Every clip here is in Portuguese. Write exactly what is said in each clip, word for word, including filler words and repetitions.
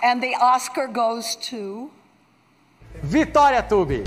And the Oscar goes to... Vitória Tube!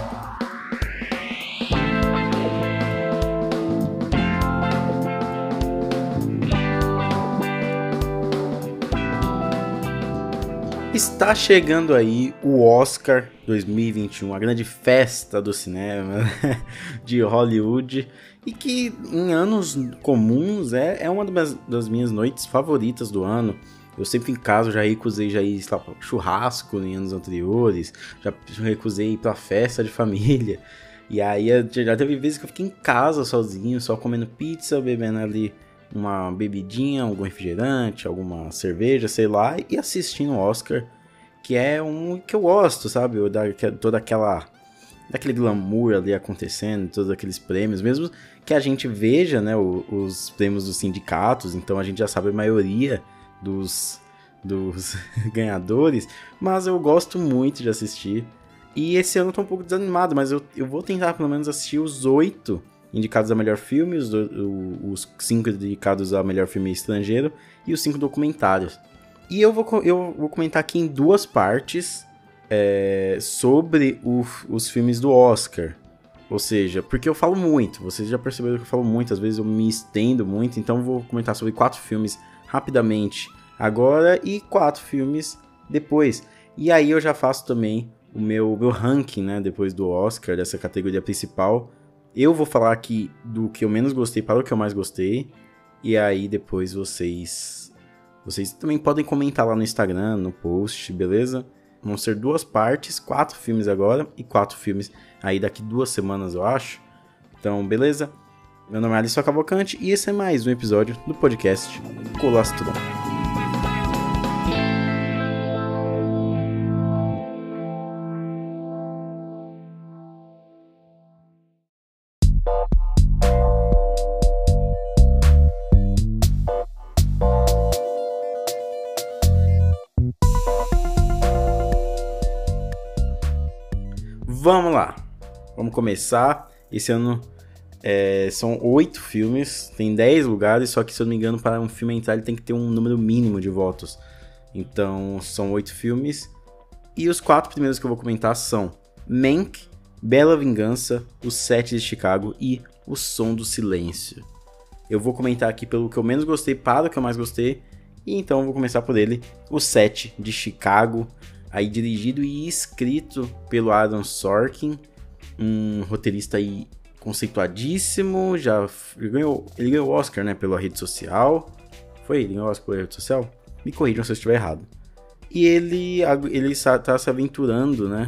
Está chegando aí o Oscar dois mil e vinte e um, a grande festa do cinema de Hollywood, e que em anos comuns é, é uma das, das minhas noites favoritas do ano. Eu sempre em casa já recusei já ir lá, pra churrasco em anos anteriores, já recusei ir pra festa de família, e aí já teve vezes que eu fiquei em casa sozinho, só comendo pizza, bebendo ali uma bebidinha, algum refrigerante, alguma cerveja, sei lá, e assistindo o Oscar, que é um que eu gosto, sabe? Eu, da, que, toda aquela... daquele glamour ali acontecendo, todos aqueles prêmios, mesmo que a gente veja, né, o, os prêmios dos sindicatos, então a gente já sabe a maioria dos, dos ganhadores, mas eu gosto muito de assistir. E esse ano eu tô um pouco desanimado, mas eu, eu vou tentar pelo menos assistir os oito indicados a melhor filme, os, os cinco indicados a melhor filme estrangeiro e os cinco documentários. E eu vou, eu vou comentar aqui em duas partes é, sobre o, os filmes do Oscar. Ou seja, porque eu falo muito, vocês já perceberam que eu falo muito, às vezes eu me estendo muito, então eu vou comentar sobre quatro filmes rapidamente agora e quatro filmes depois. E aí eu já faço também o meu, meu ranking, né, depois do Oscar, dessa categoria principal. Eu vou falar aqui do que eu menos gostei para o que eu mais gostei. E aí depois vocês... Vocês também podem comentar lá no Instagram, no post, beleza? Vão ser duas partes, quatro filmes agora e quatro filmes aí daqui duas semanas, eu acho. Então, beleza? Meu nome é Alisson Cavalcante e esse é mais um episódio do podcast Colastron. Vamos lá, vamos começar. Esse ano é, são oito filmes, tem dez lugares, só que se eu não me engano, para um filme entrar ele tem que ter um número mínimo de votos. Então são oito filmes, e os quatro primeiros que eu vou comentar são Mank, Bela Vingança, Os Sete de Chicago e O Som do Silêncio. Eu vou comentar aqui pelo que eu menos gostei para o que eu mais gostei, e então eu vou começar por ele, O Sete de Chicago. Aí dirigido e escrito pelo Aaron Sorkin, um roteirista aí conceituadíssimo, já ele ganhou, ele ganhou o Oscar, né, pela Rede Social. Foi ele ganhou o Oscar pela Rede Social? Me corrijam se eu estiver errado. E ele ele está se aventurando, né,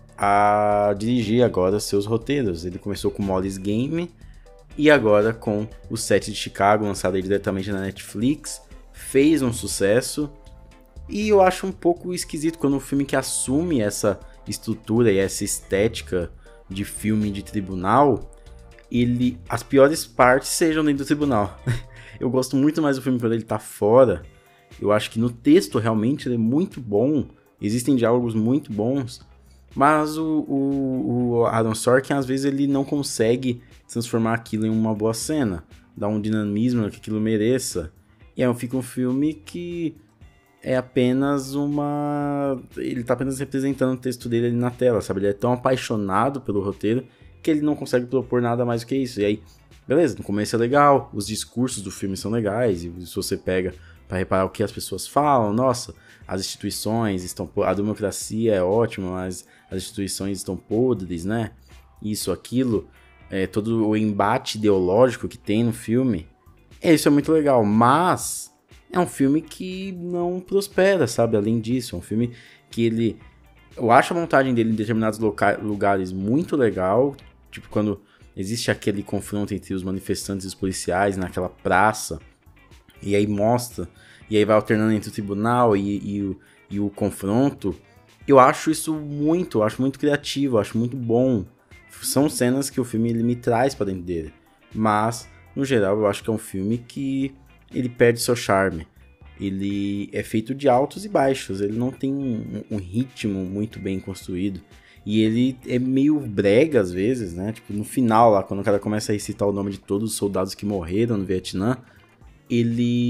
a dirigir agora seus roteiros. Ele começou com Molly's Game e agora com O Sete de Chicago, lançado aí diretamente na Netflix, fez um sucesso. E eu acho um pouco esquisito quando um filme que assume essa estrutura e essa estética de filme de tribunal, ele, as piores partes sejam dentro do tribunal. Eu gosto muito mais do filme quando ele tá fora. Eu acho que no texto realmente ele é muito bom, existem diálogos muito bons, mas o, o, o Aaron Sorkin às vezes ele não consegue transformar aquilo em uma boa cena, dar um dinamismo que aquilo mereça. E aí fica um filme que é apenas uma... ele tá apenas representando o texto dele ali na tela, sabe? Ele é tão apaixonado pelo roteiro que ele não consegue propor nada mais do que isso. E aí, beleza, no começo é legal, os discursos do filme são legais, e se você pega pra reparar o que as pessoas falam, nossa, as instituições estão... a democracia é ótima, mas as instituições estão podres, né? Isso, aquilo, é, todo o embate ideológico que tem no filme, é, isso é muito legal, mas... é um filme que não prospera, sabe? Além disso, é um filme que ele... eu acho a montagem dele em determinados loca- lugares muito legal. Tipo, quando existe aquele confronto entre os manifestantes e os policiais naquela praça. E aí mostra... e aí vai alternando entre o tribunal e, e, o, e o confronto. Eu acho isso muito... eu acho muito criativo, eu acho muito bom. São cenas que o filme ele me traz pra dentro dele. Mas, no geral, eu acho que é um filme que... ele perde seu charme. Ele é feito de altos e baixos. Ele não tem um, um ritmo muito bem construído. E ele é meio brega às vezes, né? Tipo, no final lá, quando o cara começa a recitar o nome de todos os soldados que morreram no Vietnã, ele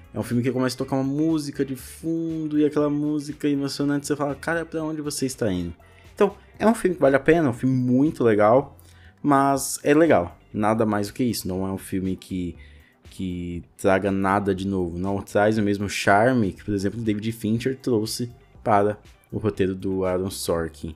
É um filme que começa a tocar uma música de fundo e aquela música emocionante, você fala, cara, pra onde você está indo? Então, é um filme que vale a pena, é um filme muito legal, mas é legal, nada mais do que isso. Não é um filme que, que traga nada de novo, não traz o mesmo charme que, por exemplo, David Fincher trouxe para o roteiro do Aaron Sorkin.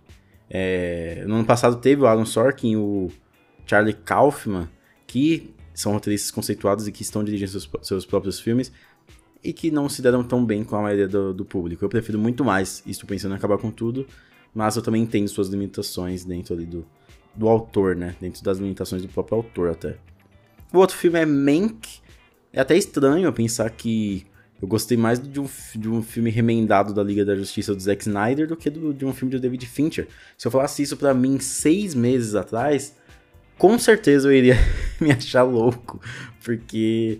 É, no ano passado teve o Aaron Sorkin e o Charlie Kaufman, que são roteiristas conceituados e que estão dirigindo seus, seus próprios filmes, e que não se deram tão bem com a maioria do, do público. Eu prefiro muito mais, estou pensando em acabar com tudo, mas eu também entendo suas limitações dentro ali do, do autor, né? Dentro das limitações do próprio autor até. O outro filme é Mank. É até estranho eu pensar que eu gostei mais de um, de um filme remendado da Liga da Justiça do Zack Snyder do que do, de um filme do David Fincher. Se eu falasse isso pra mim seis meses atrás, com certeza eu iria me achar louco, porque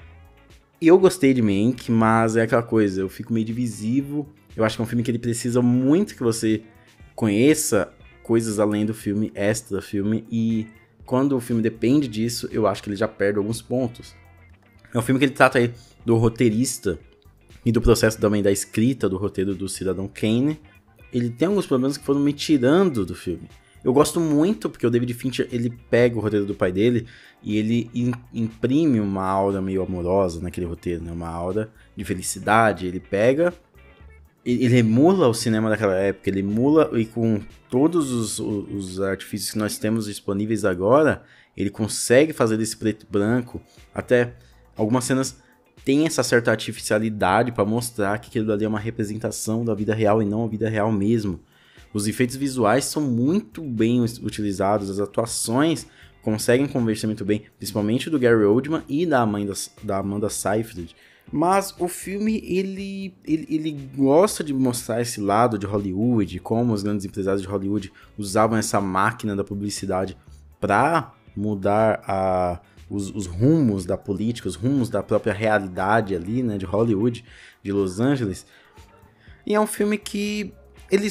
eu gostei de Mank, mas é aquela coisa, eu fico meio divisivo. Eu acho que é um filme que ele precisa muito que você conheça coisas além do filme, extra filme, e quando o filme depende disso, eu acho que ele já perde alguns pontos. É um filme que ele trata aí do roteirista e do processo também da escrita do roteiro do Cidadão Kane. Ele tem alguns problemas que foram me tirando do filme. Eu gosto muito porque o David Fincher, ele pega o roteiro do pai dele e ele in- imprime uma aura meio amorosa naquele roteiro, né? Uma aura de felicidade. Ele pega, ele, ele emula o cinema daquela época, ele emula, e com todos os, os, os artifícios que nós temos disponíveis agora, ele consegue fazer desse preto e branco. Até algumas cenas têm essa certa artificialidade para mostrar que aquilo ali é uma representação da vida real e não a vida real mesmo. Os efeitos visuais são muito bem utilizados, as atuações conseguem conversar muito bem, principalmente do Gary Oldman e da Amanda, da Amanda Seyfried. Mas o filme, ele, ele, ele gosta de mostrar esse lado de Hollywood, como os grandes empresários de Hollywood usavam essa máquina da publicidade para mudar a, os, os rumos da política, os rumos da própria realidade ali, né, de Hollywood, de Los Angeles. E é um filme que ele,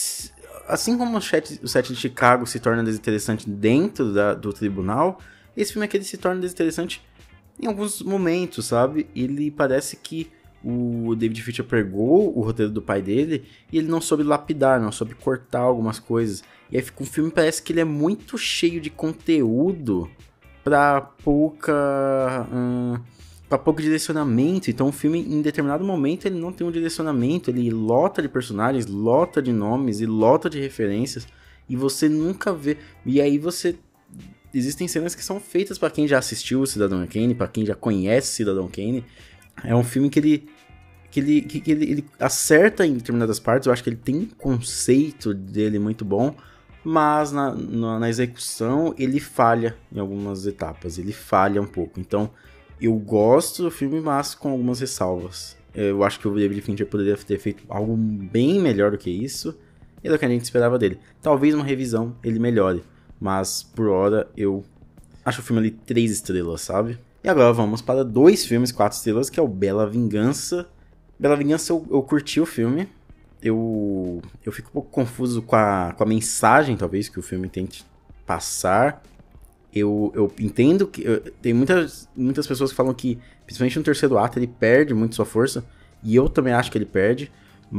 assim como o set, o set de Chicago se torna desinteressante dentro da, do tribunal, esse filme aqui ele se torna desinteressante em alguns momentos, sabe? Ele parece que o David Fincher pegou o roteiro do pai dele e ele não soube lapidar, não soube cortar algumas coisas. E aí fica um filme, parece que ele é muito cheio de conteúdo pra pouca... Hum, pra pouco direcionamento. Então o filme, em determinado momento, ele não tem um direcionamento, ele lota de personagens, lota de nomes e lota de referências, e você nunca vê. E aí você... Existem cenas que são feitas pra quem já assistiu o Cidadão Kane, pra quem já conhece Cidadão Kane. É um filme que ele... que ele, que, que ele, ele acerta em determinadas partes. Eu acho que ele tem um conceito dele muito bom, mas na, na, na execução ele falha em algumas etapas, ele falha um pouco. Então eu gosto do filme, mas com algumas ressalvas. Eu acho que o David Fincher poderia ter feito algo bem melhor do que isso, e do que a gente esperava dele. Talvez uma revisão ele melhore, mas por hora eu acho o filme ali três estrelas, sabe? E agora vamos para dois filmes quatro estrelas, que é o Bela Vingança. Bela Vingança, eu, eu curti o filme. Eu, eu fico um pouco confuso com a, com a mensagem, talvez, que o filme tente passar. Eu, eu entendo que... Eu, tem muitas, muitas pessoas que falam que, principalmente no terceiro ato, ele perde muito sua força. E eu também acho que ele perde.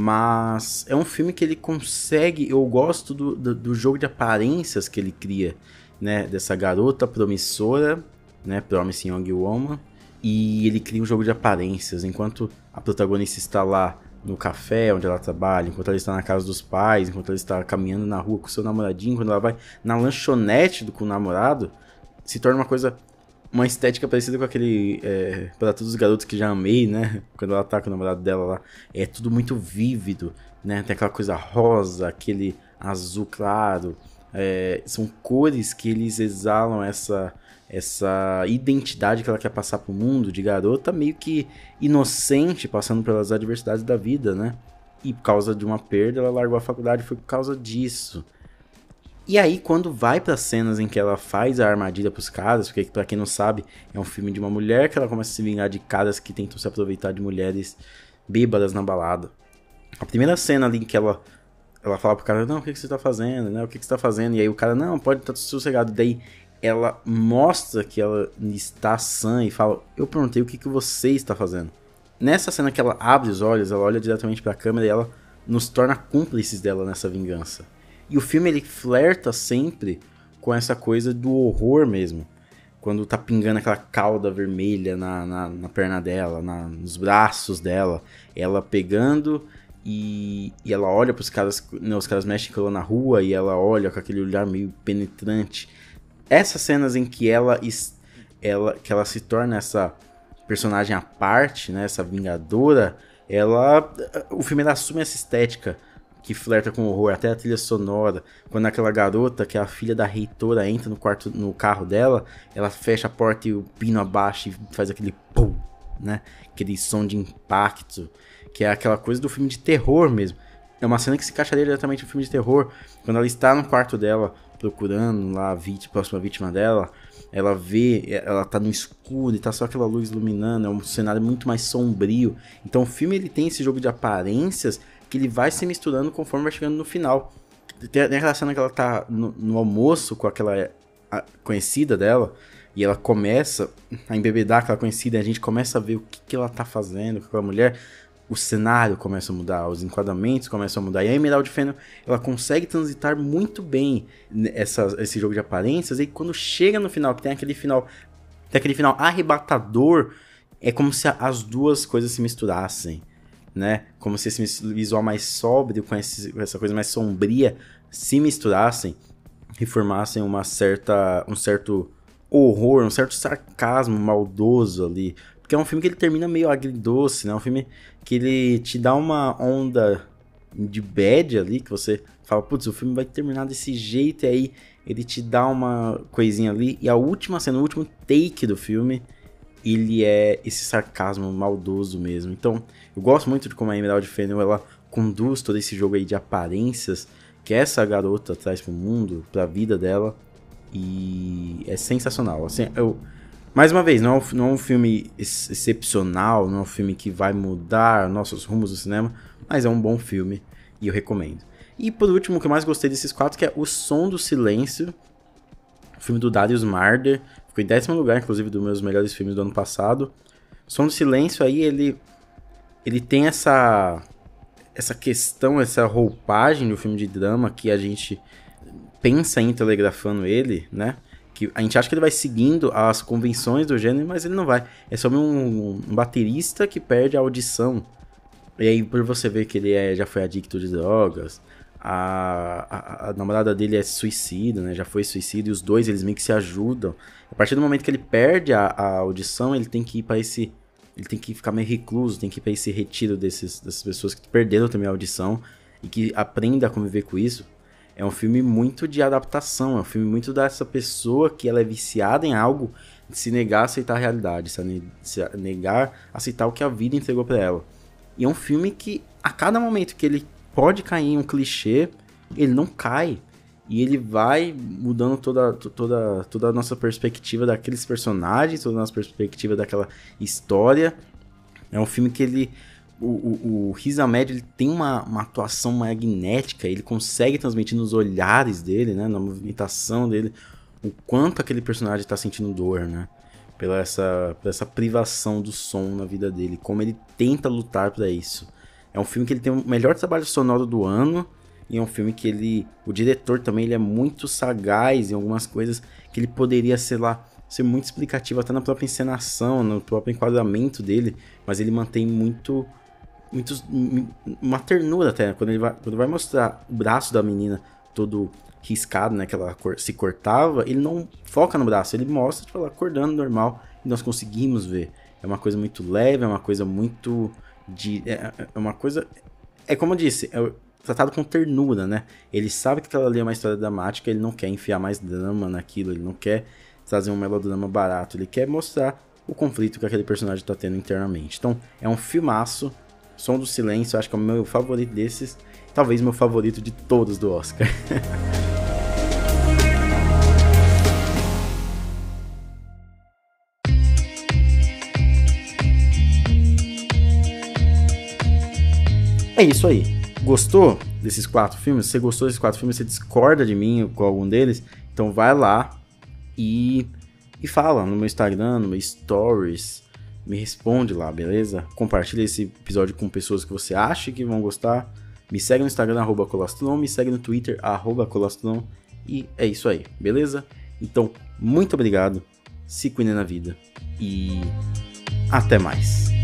Mas é um filme que ele consegue... Eu gosto do, do, do jogo de aparências que ele cria, né? Dessa garota promissora, né? Promising Young Woman. E ele cria um jogo de aparências. Enquanto a protagonista está lá no café onde ela trabalha, enquanto ela está na casa dos pais, enquanto ela está caminhando na rua com o seu namoradinho, quando ela vai na lanchonete do, com o namorado, se torna uma coisa, uma estética parecida com aquele, é, para todos os garotos que já amei, né, quando ela tá com o namorado dela lá, é tudo muito vívido, né, tem aquela coisa rosa, aquele azul claro, é, são cores que eles exalam essa... essa identidade que ela quer passar pro mundo, de garota meio que inocente, passando pelas adversidades da vida, né? E por causa de uma perda, ela largou a faculdade, foi por causa disso. E aí, quando vai para cenas em que ela faz a armadilha pros caras, porque pra quem não sabe, é um filme de uma mulher que ela começa a se vingar de caras que tentam se aproveitar de mulheres bêbadas na balada. A primeira cena ali em que ela... ela fala pro cara, não, o que, que você tá fazendo, né? O que, que você tá fazendo? E aí o cara, não, pode estar tá sossegado. Daí ela mostra que ela está sã e fala, eu perguntei o que, que você está fazendo. nessa cena que ela abre os olhos, ela olha diretamente pra câmera e ela nos torna cúmplices dela nessa vingança. E o filme, ele flerta sempre com essa coisa do horror mesmo. Quando tá pingando aquela cauda vermelha na, na, na perna dela, na, nos braços dela, ela pegando e, e ela olha pros caras, né, os caras mexem com ela na rua e ela olha com aquele olhar meio penetrante. Essas cenas em que ela, ela, que ela se torna essa personagem à parte, né, essa vingadora, ela, o filme ela assume essa estética que flerta com o horror, até a trilha sonora, quando aquela garota, que é a filha da reitora, entra no quarto, no carro dela, ela fecha a porta e o pino abaixa e faz aquele pum, né, aquele som de impacto, que é aquela coisa do filme de terror mesmo. É uma cena que se encaixaria diretamente no filme de terror, quando ela está no quarto dela, procurando lá a vítima, a próxima vítima dela, ela vê, ela tá no escuro e tá só aquela luz iluminando, é um cenário muito mais sombrio. Então o filme, ele tem esse jogo de aparências que ele vai se misturando conforme vai chegando no final. Tem aquela cena que ela tá no, no almoço com aquela a, conhecida dela, e ela começa a embebedar aquela conhecida, e a gente começa a ver o que, que ela tá fazendo com aquela mulher. O cenário começa a mudar, os enquadramentos começam a mudar, e a Emerald Fennell, ela consegue transitar muito bem essa, esse jogo de aparências, e quando chega no final, que tem aquele final, tem aquele final arrebatador, é como se as duas coisas se misturassem, né? Como se esse visual mais sóbrio com esse, essa coisa mais sombria se misturassem e formassem uma certa, um certo horror, um certo sarcasmo maldoso ali. Porque é um filme que ele termina meio agridoce, né? É um filme que ele te dá uma onda de bad ali, que você fala, putz, o filme vai terminar desse jeito, e aí ele te dá uma coisinha ali, e a última cena, o último take do filme, ele é esse sarcasmo maldoso mesmo. Então, eu gosto muito de como a Emerald Fennell, ela conduz todo esse jogo aí de aparências que essa garota traz pro mundo, pra vida dela, e é sensacional. Assim, eu... Mais uma vez, não é, um, não é um filme ex- excepcional, não é um filme que vai mudar nossos rumos do cinema, mas é um bom filme e eu recomendo. E por último, o que eu mais gostei desses quatro, que é O Som do Silêncio, o filme do Darius Marder, ficou em décimo lugar, inclusive, dos meus melhores filmes do ano passado. O Som do Silêncio aí, ele, ele tem essa, essa questão, essa roupagem do filme de drama que a gente pensa em telegrafando ele, né? Que a gente acha que ele vai seguindo as convenções do gênero, mas ele não vai. É sobre um, um baterista que perde a audição. E aí, por você ver que ele é, já foi adicto de drogas, a, a, a namorada dele é suicida, né? Já foi suicida, e os dois, eles meio que se ajudam. A partir do momento que ele perde a, a audição, ele tem que ir para esse... Ele tem que ficar meio recluso, tem que ir para esse retiro desses, dessas pessoas que perderam também a audição e que aprendem a conviver com isso. É um filme muito de adaptação, é um filme muito dessa pessoa que ela é viciada em algo, de se negar a aceitar a realidade, se negar a aceitar o que a vida entregou pra ela. E é um filme que, a cada momento que ele pode cair em um clichê, ele não cai. E ele vai mudando toda, toda, toda a nossa perspectiva daqueles personagens, toda a nossa perspectiva daquela história. É um filme que ele... O, o, o Riz Ahmed, ele tem uma, uma atuação magnética, ele consegue transmitir nos olhares dele, né, na movimentação dele, o quanto aquele personagem está sentindo dor, né, pela essa, pela essa privação do som na vida dele, como ele tenta lutar para isso. É um filme que ele tem o melhor trabalho sonoro do ano, e é um filme que ele, o diretor também, ele é muito sagaz em algumas coisas que ele poderia, sei lá, ser muito explicativo até na própria encenação, no próprio enquadramento dele, mas ele mantém muito... Muito, uma ternura até, quando ele vai, quando vai mostrar o braço da menina todo riscado, né, que ela se cortava, ele não foca no braço, ele mostra, tipo, ela acordando normal, e nós conseguimos ver. É uma coisa muito leve, é uma coisa muito de, é, é uma coisa, é como eu disse, é tratado com ternura, né, ele sabe que aquela ali é uma história dramática, ele não quer enfiar mais drama naquilo, ele não quer trazer um melodrama barato, ele quer mostrar o conflito que aquele personagem tá tendo internamente. Então, é um filmaço. Som do Silêncio, acho que é o meu favorito desses, talvez meu favorito de todos do Oscar. É isso aí. Gostou desses quatro filmes? Se você gostou desses quatro filmes, você discorda de mim com algum deles, então vai lá e, e fala no meu Instagram, no meu Stories, me responde lá, beleza? Compartilha esse episódio com pessoas que você acha que vão gostar. Me segue no Instagram, arroba Colostron, me segue no Twitter, arroba Colostron. E é isso aí, beleza? Então, muito obrigado, se cuidem na vida e até mais.